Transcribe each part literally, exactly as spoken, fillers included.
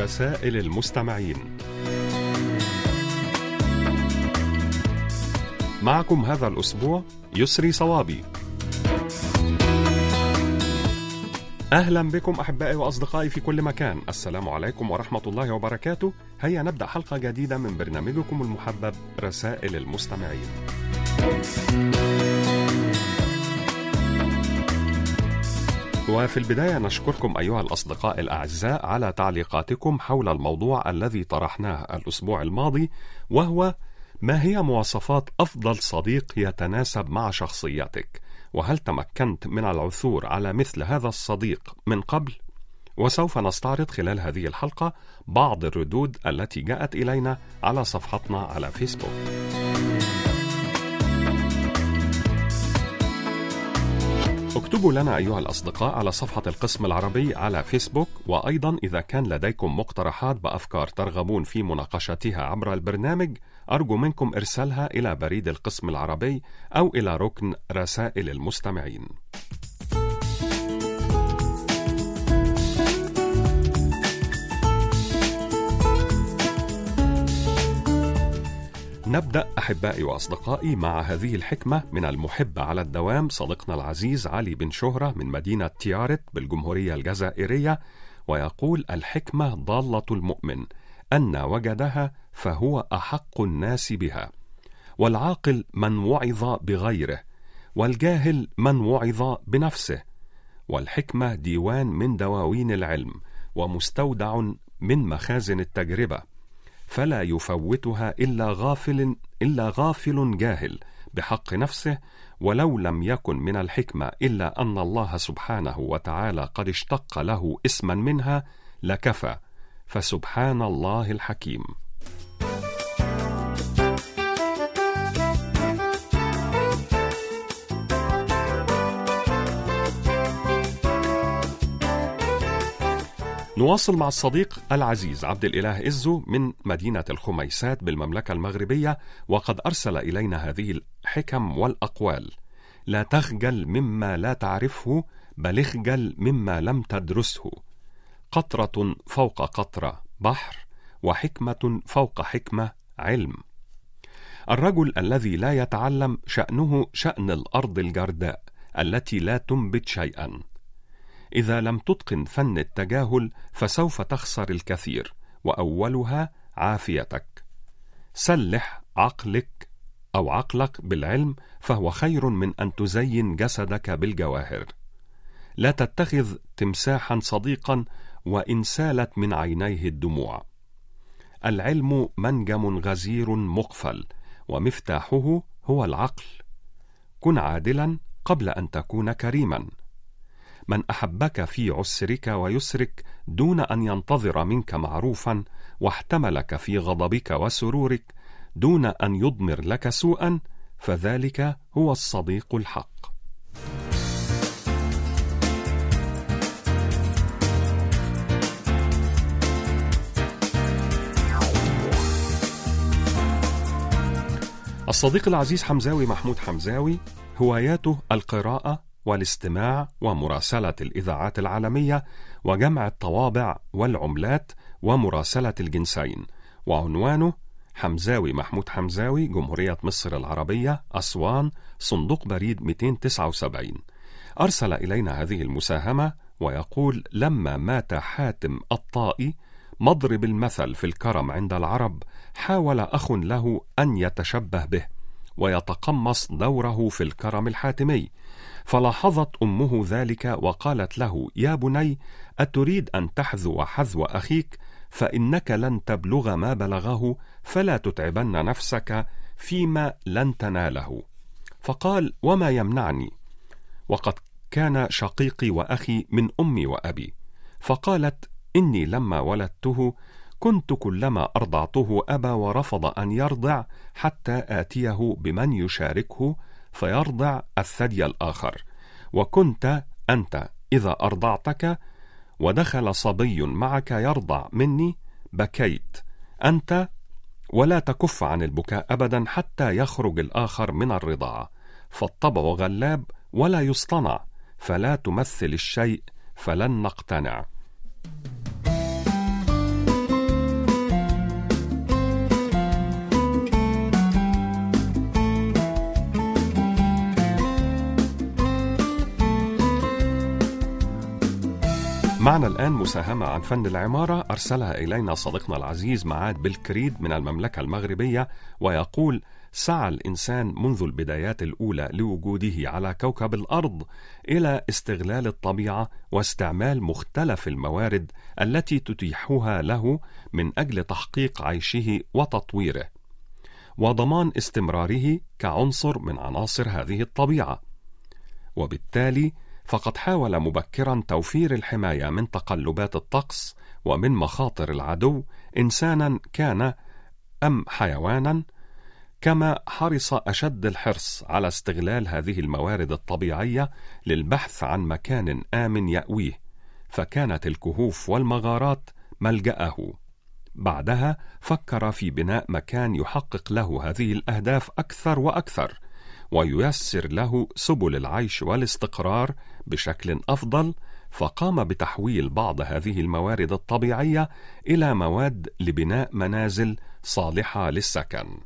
رسائل المستمعين. معكم هذا الأسبوع يسري صوابي. أهلا بكم أحبائي وأصدقائي في كل مكان. السلام عليكم ورحمة الله وبركاته. هيا نبدأ حلقة جديدة من برنامجكم المحبب رسائل المستمعين. وفي البداية نشكركم أيها الأصدقاء الأعزاء على تعليقاتكم حول الموضوع الذي طرحناه الأسبوع الماضي، وهو: ما هي مواصفات أفضل صديق يتناسب مع شخصيتك؟ وهل تمكنت من العثور على مثل هذا الصديق من قبل؟ وسوف نستعرض خلال هذه الحلقة بعض الردود التي جاءت إلينا على صفحتنا على فيسبوك. اكتبوا لنا أيها الأصدقاء على صفحة القسم العربي على فيسبوك، وأيضا إذا كان لديكم مقترحات بأفكار ترغبون في مناقشتها عبر البرنامج، أرجو منكم إرسالها إلى بريد القسم العربي أو إلى ركن رسائل المستمعين. نبدأ أحبائي وأصدقائي مع هذه الحكمة من المحب على الدوام صديقنا العزيز علي بن شهرة من مدينة تيارت بالجمهورية الجزائرية، ويقول: الحكمة ضالة المؤمن، أن وجدها فهو أحق الناس بها، والعاقل من وعظ بغيره، والجاهل من وعظ بنفسه، والحكمة ديوان من دواوين العلم، ومستودع من مخازن التجربة، فلا يفوتها إلا غافل إلا غافل جاهل بحق نفسه، ولو لم يكن من الحكمة إلا أن الله سبحانه وتعالى قد اشتق له اسما منها لكفى، فسبحان الله الحكيم. نواصل مع الصديق العزيز عبد الإله إزو من مدينة الخميسات بالمملكة المغربية، وقد أرسل إلينا هذه الحكم والأقوال: لا تخجل مما لا تعرفه، بل اخجل مما لم تدرسه. قطرة فوق قطرة بحر، وحكمة فوق حكمة علم. الرجل الذي لا يتعلم شأنه شأن الأرض الجرداء التي لا تنبت شيئا. إذا لم تتقن فن التجاهل فسوف تخسر الكثير، وأولها عافيتك. سلح عقلك أو عقلك بالعلم، فهو خير من أن تزين جسدك بالجواهر. لا تتخذ تمساحا صديقا وإن سالت من عينيه الدموع. العلم منجم غزير مقفل، ومفتاحه هو العقل. كن عادلا قبل أن تكون كريما. من أحبك في عسرك ويسرك دون أن ينتظر منك معروفا، واحتملك في غضبك وسرورك دون أن يضمر لك سوءا، فذلك هو الصديق الحق. الصديق العزيز حمزاوي محمود حمزاوي هواياته القراءة والاستماع ومراسلة الإذاعات العالمية وجمع الطوابع والعملات ومراسلة الجنسين. وعنوانه: حمزاوي محمود حمزاوي، جمهورية مصر العربية، أسوان، صندوق بريد مئتين وتسعة وسبعين. أرسل إلينا هذه المساهمة ويقول: لما مات حاتم الطائي مضرب المثل في الكرم عند العرب، حاول أخ له أن يتشبه به ويتقمص دوره في الكرم الحاتمي، فلاحظت أمه ذلك وقالت له: يا بني، أتريد أن تحذو حذو أخيك؟ فإنك لن تبلغ ما بلغه، فلا تتعبن نفسك فيما لن تناله. فقال: وما يمنعني، وقد كان شقيقي وأخي من أمي وأبي. فقالت: إني لما ولدته كنت كلما أرضعته أبى ورفض أن يرضع حتى آتيه بمن يشاركه فيرضع الثدي الآخر، وكنت أنت إذا أرضعتك ودخل صبي معك يرضع مني بكيت أنت، ولا تكف عن البكاء أبدا حتى يخرج الآخر من الرضاعة. فالطبع غلاب ولا يصطنع، فلا تمثل الشيء فلن نقتنع. معنا الآن مساهمة عن فن العمارة أرسلها إلينا صديقنا العزيز معاد بالكريد من المملكة المغربية، ويقول: سعى الإنسان منذ البدايات الأولى لوجوده على كوكب الأرض إلى استغلال الطبيعة واستعمال مختلف الموارد التي تتيحها له من أجل تحقيق عيشه وتطويره، وضمان استمراره كعنصر من عناصر هذه الطبيعة. وبالتالي فقد حاول مبكرا توفير الحماية من تقلبات الطقس ومن مخاطر العدو، إنسانا كان أم حيوانا، كما حرص أشد الحرص على استغلال هذه الموارد الطبيعية للبحث عن مكان آمن يأويه، فكانت الكهوف والمغارات ملجأه. بعدها فكر في بناء مكان يحقق له هذه الأهداف أكثر وأكثر، وييسر له سبل العيش والاستقرار بشكل أفضل، فقام بتحويل بعض هذه الموارد الطبيعية إلى مواد لبناء منازل صالحة للسكن.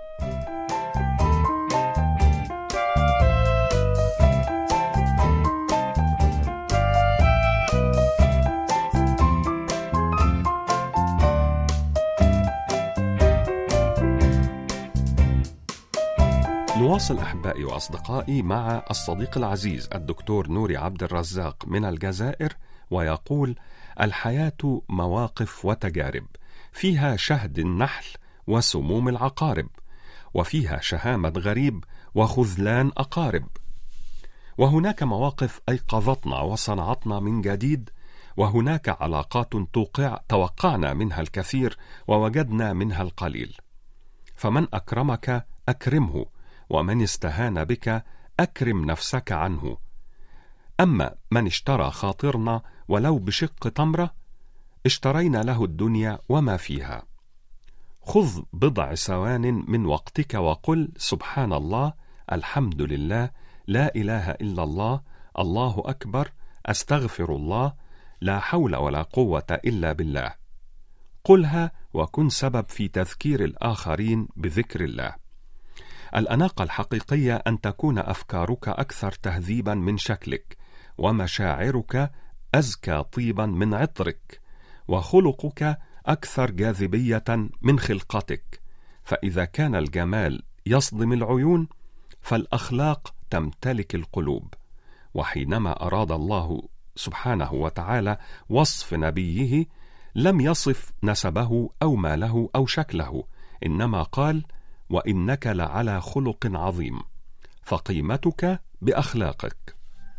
نواصل أحبائي وأصدقائي مع الصديق العزيز الدكتور نوري عبد الرزاق من الجزائر، ويقول: الحياة مواقف وتجارب، فيها شهد النحل وسموم العقارب، وفيها شهامة غريب وخذلان أقارب، وهناك مواقف أيقظتنا وصنعتنا من جديد، وهناك علاقات توقع توقعنا منها الكثير ووجدنا منها القليل. فمن أكرمك أكرمه، ومن استهان بك أكرم نفسك عنه. أما من اشترى خاطرنا ولو بشق تمرة، اشترينا له الدنيا وما فيها. خذ بضع ثوان من وقتك وقل: سبحان الله، الحمد لله، لا إله إلا الله، الله أكبر، أستغفر الله، لا حول ولا قوة إلا بالله. قلها وكن سبب في تذكير الآخرين بذكر الله. الأناقة الحقيقية أن تكون أفكارك أكثر تهذيبا من شكلك، ومشاعرك أزكى طيبا من عطرك، وخلقك أكثر جاذبية من خلقتك. فإذا كان الجمال يصدم العيون، فالأخلاق تمتلك القلوب. وحينما أراد الله سبحانه وتعالى وصف نبيه، لم يصف نسبه أو ماله أو شكله، إنما قال: وإنك لعلى خلق عظيم، فقيمتك بأخلاقك.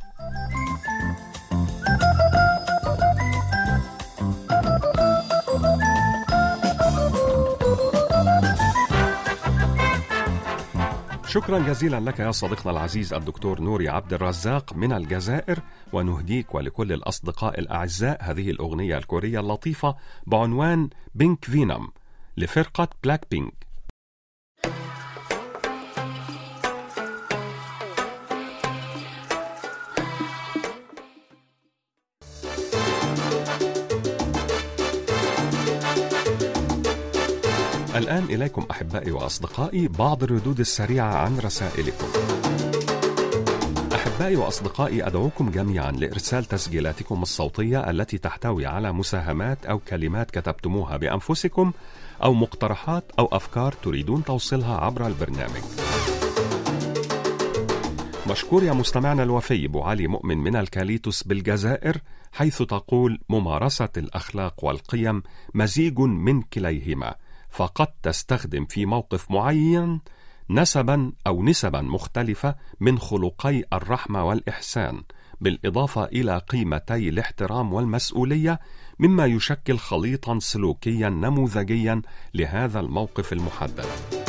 شكرا جزيلا لك يا صديقنا العزيز الدكتور نوري عبد الرزاق من الجزائر، ونهديك ولكل الأصدقاء الأعزاء هذه الأغنية الكورية اللطيفة بعنوان بينك فينوم لفرقة بلاك بينك. الآن إليكم أحبائي وأصدقائي بعض الردود السريعة عن رسائلكم. أحبائي وأصدقائي، أدعوكم جميعا لإرسال تسجيلاتكم الصوتية التي تحتوي على مساهمات أو كلمات كتبتموها بأنفسكم، أو مقترحات أو أفكار تريدون توصيلها عبر البرنامج. مشكور يا مستمعنا الوفي أبو علي مؤمن من الكاليتوس بالجزائر، حيث تقول: ممارسة الأخلاق والقيم مزيج من كليهما، فقد تستخدم في موقف معين نسبا أو نسبا مختلفة من خلقي الرحمة والإحسان، بالإضافة إلى قيمتي الاحترام والمسؤولية، مما يشكل خليطا سلوكيا نموذجيا لهذا الموقف المحدد.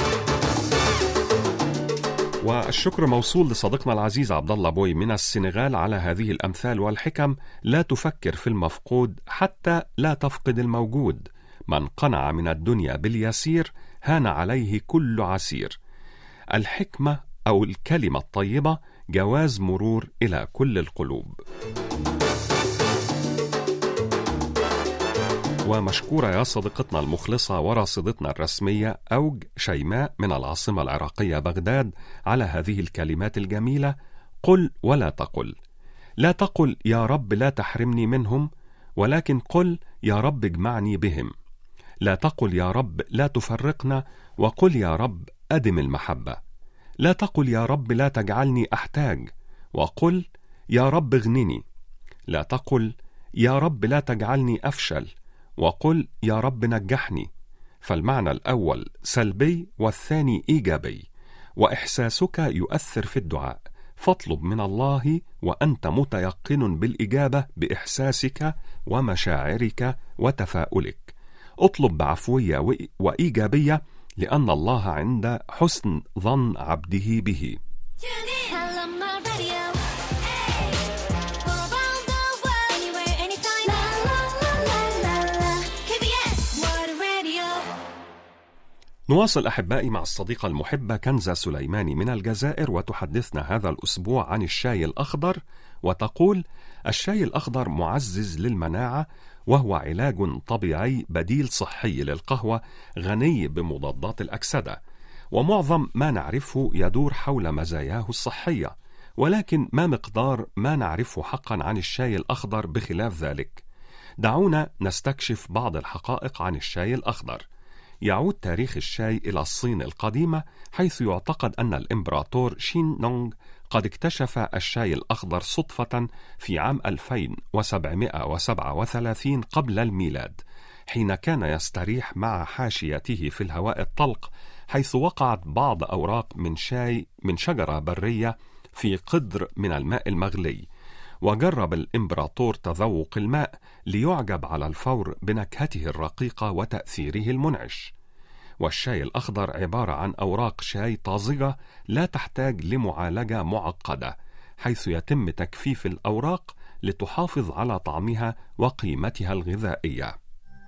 والشكر موصول لصديقنا العزيز عبد الله بوي من السنغال على هذه الأمثال والحكم. لا تفكر في المفقود حتى لا تفقد الموجود. من قنع من الدنيا باليسير هان عليه كل عسير. الحكمة أو الكلمة الطيبة جواز مرور إلى كل القلوب. ومشكورة يا صديقتنا المخلصة ورصيدتنا الرسمية أوج شيماء من العاصمة العراقية بغداد على هذه الكلمات الجميلة. قل ولا تقل. لا تقل يا رب لا تحرمني منهم، ولكن قل يا رب اجمعني بهم. لا تقل يا رب لا تفرقنا، وقل يا رب أدم المحبة. لا تقل يا رب لا تجعلني أحتاج، وقل يا رب اغنني. لا تقل يا رب لا تجعلني أفشل، وقل يا رب نجحني. فالمعنى الأول سلبي والثاني إيجابي، وإحساسك يؤثر في الدعاء، فاطلب من الله وأنت متيقن بالإجابة بإحساسك ومشاعرك وتفاؤلك. اطلب بعفوية وإيجابية، لأن الله عند حسن ظن عبده به. نواصل أحبائي مع الصديقة المحبة كنزة سليماني من الجزائر، وتحدثنا هذا الأسبوع عن الشاي الأخضر، وتقول: الشاي الأخضر معزز للمناعة، وهو علاج طبيعي بديل صحي للقهوة، غني بمضادات الأكسدة، ومعظم ما نعرفه يدور حول مزاياه الصحية. ولكن ما مقدار ما نعرفه حقا عن الشاي الأخضر بخلاف ذلك؟ دعونا نستكشف بعض الحقائق عن الشاي الأخضر. يعود تاريخ الشاي إلى الصين القديمة، حيث يعتقد أن الإمبراطور شين نونغ قد اكتشف الشاي الأخضر صدفة في عام ألفين وسبعمائة وسبعة وثلاثين قبل الميلاد، حين كان يستريح مع حاشيته في الهواء الطلق، حيث وقعت بعض أوراق من شاي من شجرة برية في قدر من الماء المغلي. وجرب الإمبراطور تذوق الماء ليعجب على الفور بنكهته الرقيقة وتأثيره المنعش. والشاي الأخضر عبارة عن أوراق شاي طازجة لا تحتاج لمعالجة معقدة، حيث يتم تجفيف الأوراق لتحافظ على طعمها وقيمتها الغذائية.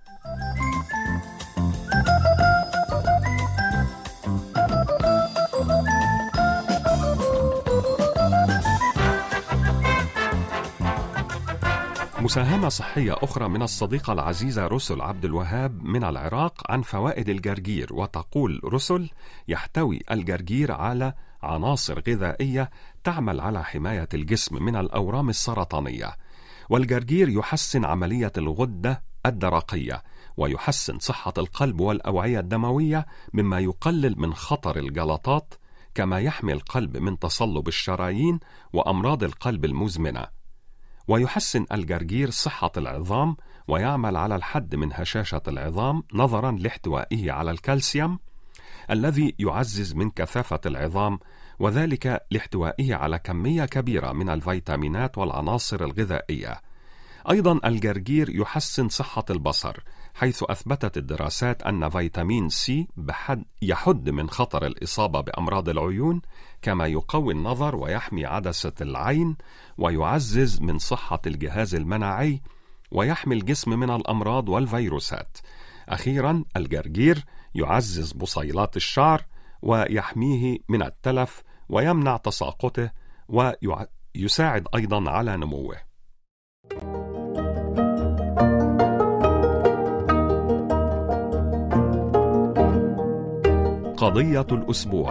مساهمة صحية أخرى من الصديقة العزيزة رسل عبد الوهاب من العراق عن فوائد الجرجير، وتقول رسل: يحتوي الجرجير على عناصر غذائية تعمل على حماية الجسم من الأورام السرطانية، والجرجير يحسن عملية الغدة الدرقية، ويحسن صحة القلب والأوعية الدموية، مما يقلل من خطر الجلطات، كما يحمي القلب من تصلب الشرايين وأمراض القلب المزمنة. ويحسن الجرجير صحة العظام، ويعمل على الحد من هشاشة العظام نظرا لاحتوائه على الكالسيوم الذي يعزز من كثافة العظام، وذلك لاحتوائه على كمية كبيرة من الفيتامينات والعناصر الغذائية. أيضا الجرجير يحسن صحة البصر، حيث أثبتت الدراسات أن فيتامين سي بحد يحد من خطر الإصابة بأمراض العيون، كما يقوي النظر ويحمي عدسة العين، ويعزز من صحة الجهاز المناعي، ويحمي الجسم من الأمراض والفيروسات. أخيرا الجرجير يعزز بصيلات الشعر، ويحميه من التلف، ويمنع تساقطه، ويساعد أيضا على نموه. قضية الأسبوع.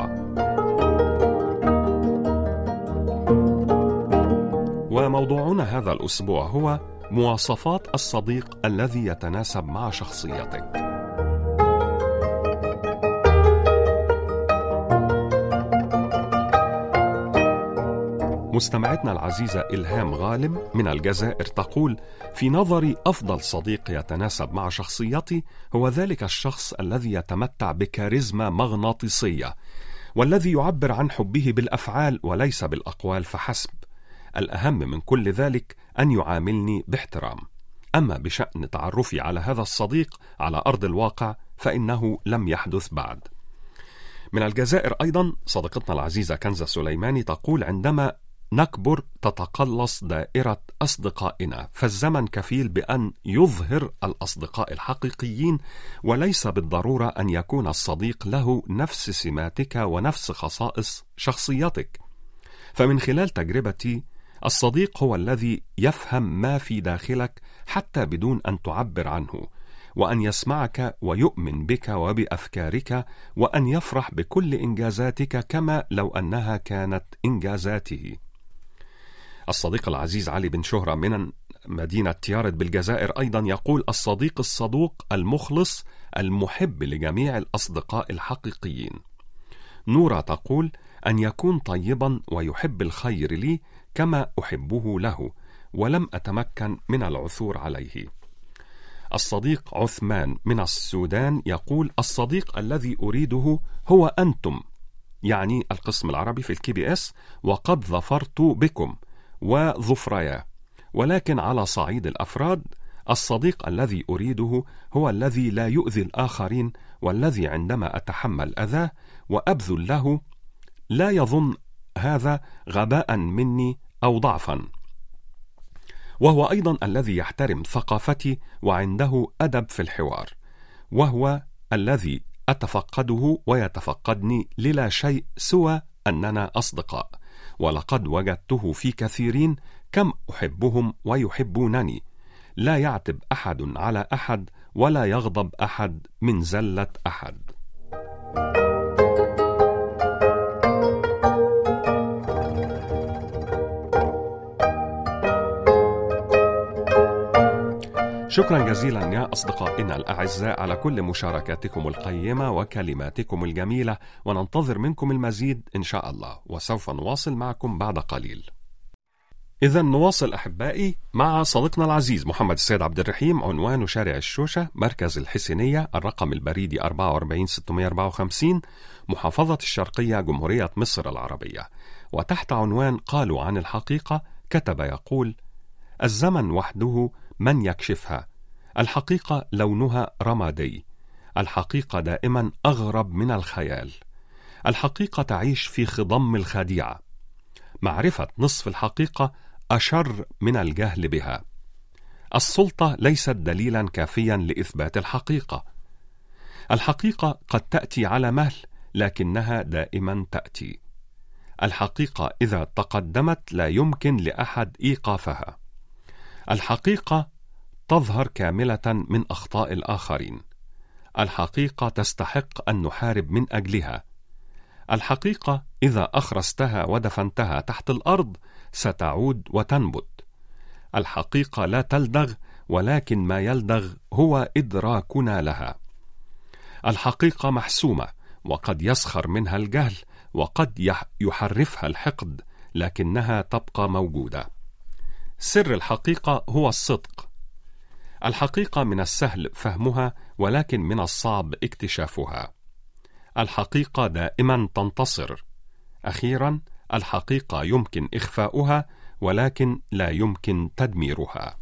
وموضوعنا هذا الأسبوع هو مواصفات الصديق الذي يتناسب مع شخصيتك. مستمعتنا العزيزة إلهام غالب من الجزائر تقول: في نظري أفضل صديق يتناسب مع شخصيتي هو ذلك الشخص الذي يتمتع بكاريزما مغناطيسية، والذي يعبر عن حبه بالأفعال وليس بالأقوال فحسب. الأهم من كل ذلك أن يعاملني باحترام. أما بشأن تعرفي على هذا الصديق على أرض الواقع فإنه لم يحدث بعد. من الجزائر أيضا صديقتنا العزيزة كنزة سليماني تقول: عندما نكبر تتقلص دائرة أصدقائنا، فالزمن كفيل بأن يظهر الأصدقاء الحقيقيين، وليس بالضرورة أن يكون الصديق له نفس سماتك ونفس خصائص شخصيتك. فمن خلال تجربتي، الصديق هو الذي يفهم ما في داخلك حتى بدون أن تعبر عنه، وأن يسمعك ويؤمن بك وبأفكارك، وأن يفرح بكل إنجازاتك كما لو أنها كانت إنجازاته. الصديق العزيز علي بن شهرة من مدينة تيارت بالجزائر أيضا يقول: الصديق الصدوق المخلص المحب لجميع الأصدقاء الحقيقيين. نورا تقول: أن يكون طيبا ويحب الخير لي كما أحبه له، ولم أتمكن من العثور عليه. الصديق عثمان من السودان يقول: الصديق الذي أريده هو أنتم، يعني القسم العربي في الكي بي اس، وقد ظفرت بكم وظفريا. ولكن على صعيد الأفراد، الصديق الذي أريده هو الذي لا يؤذي الآخرين، والذي عندما أتحمل أذاه وأبذل له لا يظن هذا غباء مني أو ضعفا، وهو أيضا الذي يحترم ثقافتي وعنده أدب في الحوار، وهو الذي أتفقده ويتفقدني للا شيء سوى أننا أصدقاء. ولقد وجدته في كثيرين كم أحبهم ويحبونني، لا يعتب أحد على أحد ولا يغضب أحد من زلة أحد. شكرا جزيلا يا أصدقائنا الأعزاء على كل مشاركاتكم القيمة وكلماتكم الجميلة، وننتظر منكم المزيد إن شاء الله، وسوف نواصل معكم بعد قليل. إذا نواصل أحبائي مع صديقنا العزيز محمد السيد عبد الرحيم. عنوان شارع الشوشة، مركز الحسينية، الرقم البريدي أربعة وأربعين ستمائة وأربعة وخمسين، محافظة الشرقية، جمهورية مصر العربية. وتحت عنوان قالوا عن الحقيقة كتب يقول: الزمن وحده من يكشفها، الحقيقة لونها رمادي، الحقيقة دائما أغرب من الخيال، الحقيقة تعيش في خضم الخديعة، معرفة نصف الحقيقة أشر من الجهل بها، السلطة ليست دليلا كافيا لإثبات الحقيقة، الحقيقة قد تأتي على مهل لكنها دائما تأتي، الحقيقة إذا تقدمت لا يمكن لأحد إيقافها، الحقيقة تظهر كاملة من أخطاء الآخرين، الحقيقة تستحق أن نحارب من أجلها، الحقيقة إذا أخرستها ودفنتها تحت الأرض ستعود وتنبت، الحقيقة لا تلدغ، ولكن ما يلدغ هو إدراكنا لها، الحقيقة محسومة وقد يسخر منها الجهل وقد يحرفها الحقد، لكنها تبقى موجودة. سر الحقيقة هو الصدق. الحقيقة من السهل فهمها ولكن من الصعب اكتشافها. الحقيقة دائما تنتصر. أخيرا، الحقيقة يمكن إخفاؤها ولكن لا يمكن تدميرها.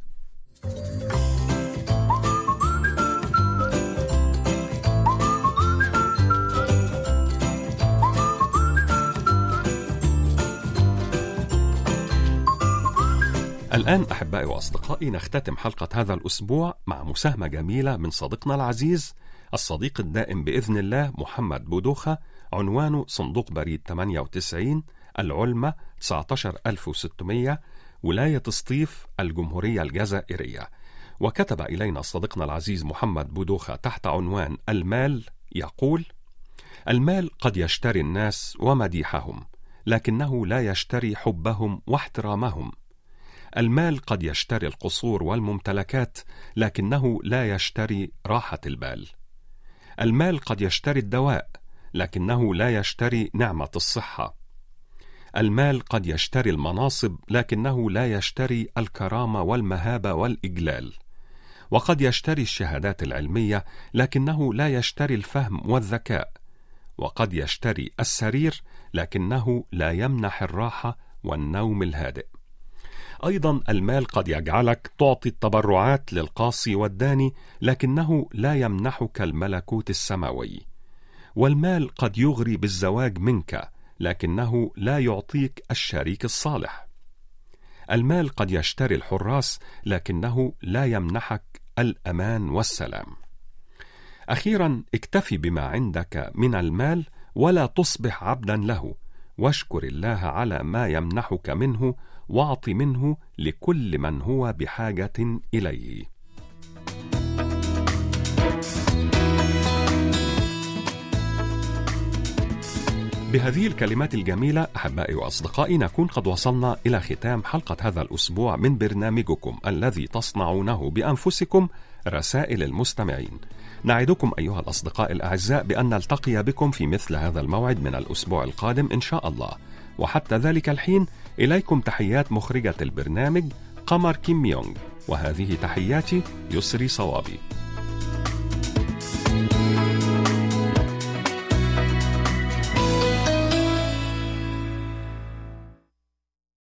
الآن أحبائي وأصدقائي نختتم حلقة هذا الأسبوع مع مساهمة جميلة من صديقنا العزيز الصديق الدائم بإذن الله محمد بودوخة. عنوانه صندوق بريد ثمانية وتسعين، العلمة تسعة عشر ألف وستمائة، ولاية سطيف، الجمهورية الجزائرية. وكتب إلينا صديقنا العزيز محمد بودوخة تحت عنوان المال يقول: المال قد يشتري الناس ومديحهم، لكنه لا يشتري حبهم واحترامهم. المال قد يشتري القصور والممتلكات، لكنه لا يشتري راحة البال. المال قد يشتري الدواء، لكنه لا يشتري نعمة الصحة. المال قد يشتري المناصب، لكنه لا يشتري الكرامة والمهابة والإجلال. وقد يشتري الشهادات العلمية، لكنه لا يشتري الفهم والذكاء. وقد يشتري السرير، لكنه لا يمنح الراحة والنوم الهادئ. أيضا المال قد يجعلك تعطي التبرعات للقاصي والداني، لكنه لا يمنحك الملكوت السماوي. والمال قد يغري بالزواج منك، لكنه لا يعطيك الشريك الصالح. المال قد يشتري الحراس، لكنه لا يمنحك الأمان والسلام. أخيرا، اكتفي بما عندك من المال ولا تصبح عبدا له، واشكر الله على ما يمنحك منه، واعط منه لكل من هو بحاجة إليه. بهذه الكلمات الجميلة أحبائي وأصدقائي نكون قد وصلنا إلى ختام حلقة هذا الأسبوع من برنامجكم الذي تصنعونه بأنفسكم، رسائل المستمعين. نعدكم أيها الأصدقاء الأعزاء بأن نلتقي بكم في مثل هذا الموعد من الأسبوع القادم إن شاء الله، وحتى ذلك الحين إليكم تحيات مخرجة البرنامج قمر كيم يونغ، وهذه تحياتي يسري صوابي.